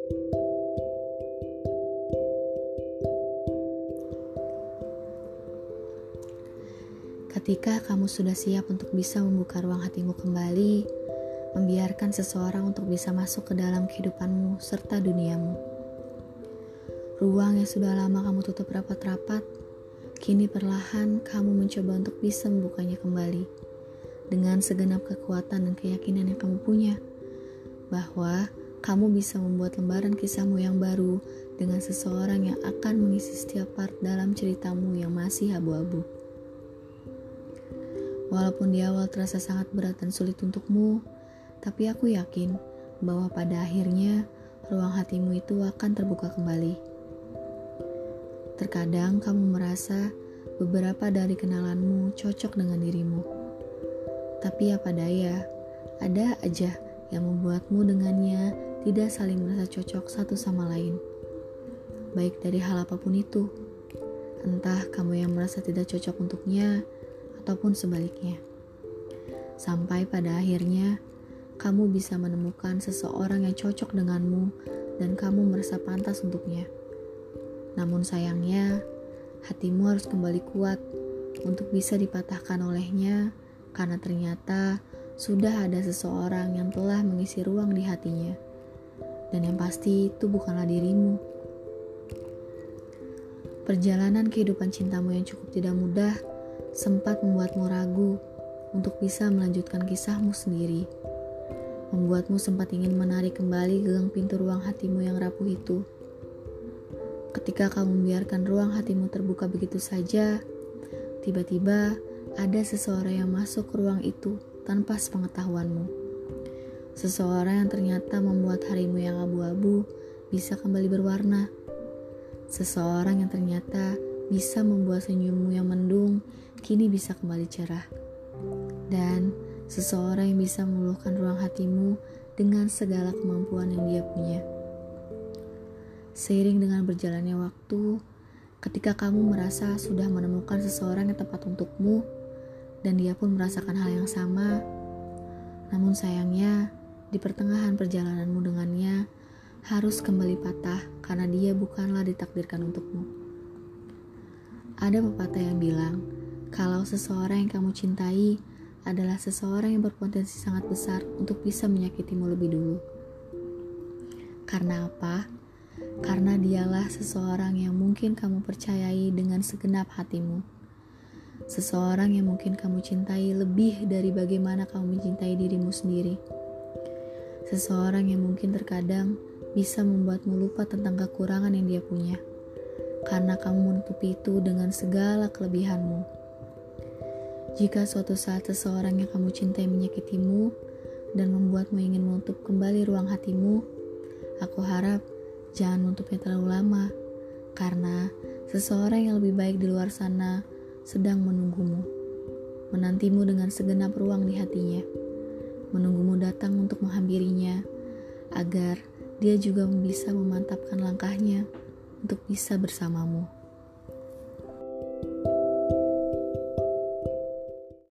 Ketika kamu sudah siap untuk bisa membuka ruang hatimu kembali, membiarkan seseorang untuk bisa masuk ke dalam kehidupanmu serta duniamu. Ruang yang sudah lama kamu tutup rapat-rapat, kini perlahan kamu mencoba untuk bisa membukanya kembali. Dengan segenap kekuatan dan keyakinan yang kamu punya, bahwa kamu bisa membuat lembaran kisahmu yang baru dengan seseorang yang akan mengisi setiap part dalam ceritamu yang masih abu-abu. Walaupun di awal terasa sangat berat dan sulit untukmu, tapi aku yakin bahwa pada akhirnya ruang hatimu itu akan terbuka kembali. Terkadang kamu merasa beberapa dari kenalanmu cocok dengan dirimu. Tapi apa daya, ada aja yang membuatmu dengannya tidak saling merasa cocok satu sama lain. Baik dari hal apapun itu, entah kamu yang merasa tidak cocok untuknya, ataupun sebaliknya. Sampai pada akhirnya, kamu bisa menemukan seseorang yang cocok denganmu dan kamu merasa pantas untuknya. Namun sayangnya, hatimu harus kembali kuat untuk bisa dipatahkan olehnya karena ternyata sudah ada seseorang yang telah mengisi ruang di hatinya. Dan yang pasti itu bukanlah dirimu. Perjalanan kehidupan cintamu yang cukup tidak mudah sempat membuatmu ragu untuk bisa melanjutkan kisahmu sendiri. Membuatmu sempat ingin menarik kembali gagang pintu ruang hatimu yang rapuh itu. Ketika kamu membiarkan ruang hatimu terbuka begitu saja, tiba-tiba ada seseorang yang masuk ke ruang itu tanpa sepengetahuanmu. Seseorang yang ternyata membuat harimu yang abu-abu bisa kembali berwarna. Seseorang yang ternyata bisa membuat senyummu yang mendung kini bisa kembali cerah. Dan seseorang yang bisa meluluhkan ruang hatimu dengan segala kemampuan yang dia punya. Seiring dengan berjalannya waktu, ketika kamu merasa sudah menemukan seseorang yang tepat untukmu, dan dia pun merasakan hal yang sama, namun sayangnya, di pertengahan perjalananmu dengannya, harus kembali patah karena dia bukanlah ditakdirkan untukmu. Ada pepatah yang bilang, kalau seseorang yang kamu cintai adalah seseorang yang berpotensi sangat besar untuk bisa menyakitimu lebih dulu. Karena apa? Karena dialah seseorang yang mungkin kamu percayai dengan segenap hatimu. Seseorang yang mungkin kamu cintai lebih dari bagaimana kamu mencintai dirimu sendiri. Seseorang yang mungkin terkadang bisa membuatmu lupa tentang kekurangan yang dia punya. Karena kamu menutupi itu dengan segala kelebihanmu. Jika suatu saat seseorang yang kamu cintai menyakitimu dan membuatmu ingin menutup kembali ruang hatimu, aku harap jangan menutupnya terlalu lama, karena seseorang yang lebih baik di luar sana sedang menunggumu, menantimu dengan segenap ruang di hatinya, menunggumu datang untuk menghampirinya, agar dia juga bisa memantapkan langkahnya untuk bisa bersamamu.